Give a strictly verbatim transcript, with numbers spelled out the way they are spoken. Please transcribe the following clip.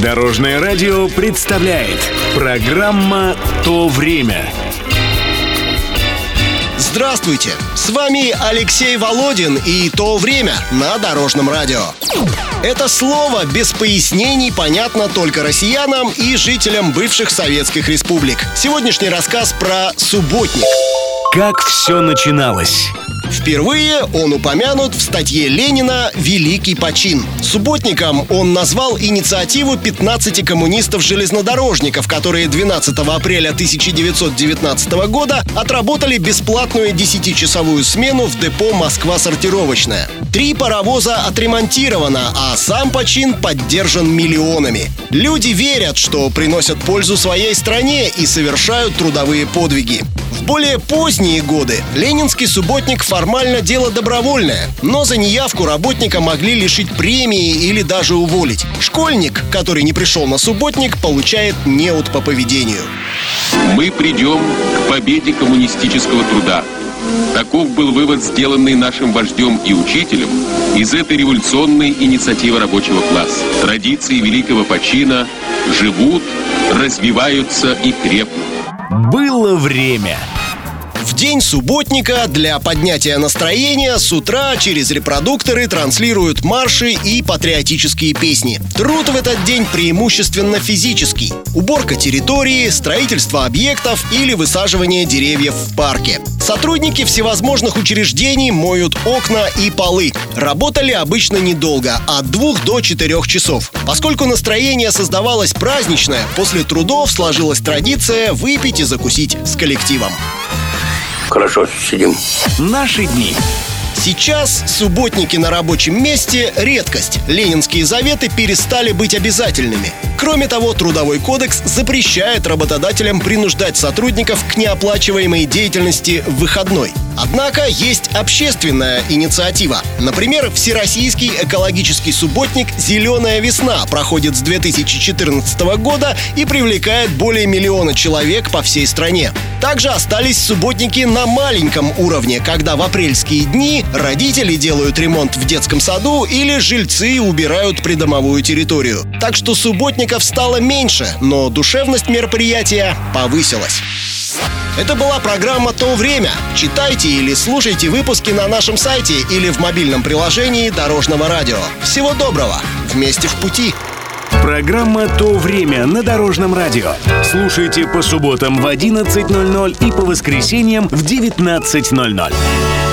Дорожное радио представляет программа «То время». Здравствуйте! С вами Алексей Володин и «То время» на Дорожном радио. Это слово без пояснений понятно только россиянам и жителям бывших советских республик. Сегодняшний рассказ про субботник. Как все начиналось? Впервые он упомянут в статье Ленина «Великий почин». Субботником он назвал инициативу пятнадцати коммунистов-железнодорожников, которые двенадцатого апреля тысяча девятьсот девятнадцатого года отработали бесплатную десятичасовую смену в депо «Москва-сортировочная». Три паровоза отремонтировано, а сам почин поддержан миллионами. Люди верят, что приносят пользу своей стране и совершают трудовые подвиги. В более поздние годы ленинский субботник формально дело добровольное, но за неявку работника могли лишить премии или даже уволить. Школьник, который не пришел на субботник, получает неуд по поведению. Мы придем к победе коммунистического труда. Таков был вывод, сделанный нашим вождем и учителем из этой революционной инициативы рабочего класса. Традиции великого почина живут, развиваются и крепнут. Было время. В день субботника для поднятия настроения с утра через репродукторы транслируют марши и патриотические песни. Труд в этот день преимущественно физический. Уборка территории, строительство объектов или высаживание деревьев в парке. Сотрудники всевозможных учреждений моют окна и полы. Работали обычно недолго, от двух до четырех часов. Поскольку настроение создавалось праздничное, после трудов сложилась традиция выпить и закусить с коллективом. Хорошо, сидим. Наши дни. Сейчас субботники на рабочем месте – редкость. Ленинские заветы перестали быть обязательными. Кроме того, Трудовой кодекс запрещает работодателям принуждать сотрудников к неоплачиваемой деятельности в выходной. Однако есть общественная инициатива. Например, Всероссийский экологический субботник «Зеленая весна» проходит с две тысячи четырнадцатого года и привлекает более миллиона человек по всей стране. Также остались субботники на маленьком уровне, когда в апрельские дни родители делают ремонт в детском саду или жильцы убирают придомовую территорию. Так что субботников стало меньше, но душевность мероприятия повысилась. Это была программа «То время». Читайте или слушайте выпуски на нашем сайте или в мобильном приложении Дорожного радио. Всего доброго! Вместе в пути! Программа «То время» на Дорожном радио. Слушайте по субботам в одиннадцать ноль ноль и по воскресеньям в девятнадцать ноль ноль.